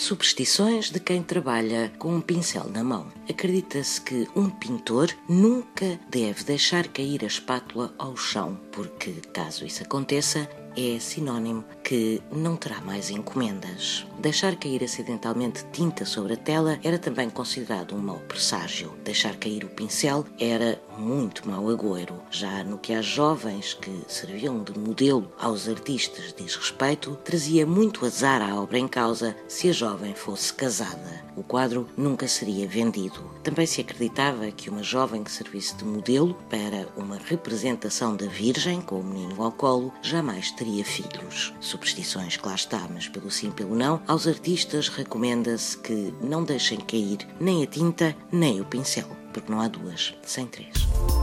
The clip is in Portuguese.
Superstições de quem trabalha com um pincel na mão. Acredita-se que um pintor nunca deve deixar cair a espátula ao chão, porque, caso isso aconteça, é sinónimo que não terá mais encomendas. Deixar cair acidentalmente tinta sobre a tela era também considerado um mau presságio. Deixar cair o pincel era muito mau agouro. Já no que às jovens que serviam de modelo aos artistas diz respeito, trazia muito azar à obra em causa se a jovem fosse casada. O quadro nunca seria vendido. Também se acreditava que uma jovem que servisse de modelo para uma representação da Virgem com o menino ao colo jamais teria filhos. Superstições que lá está, mas pelo sim pelo não, aos artistas recomenda-se que não deixem cair nem a tinta nem o pincel, porque não há duas sem três.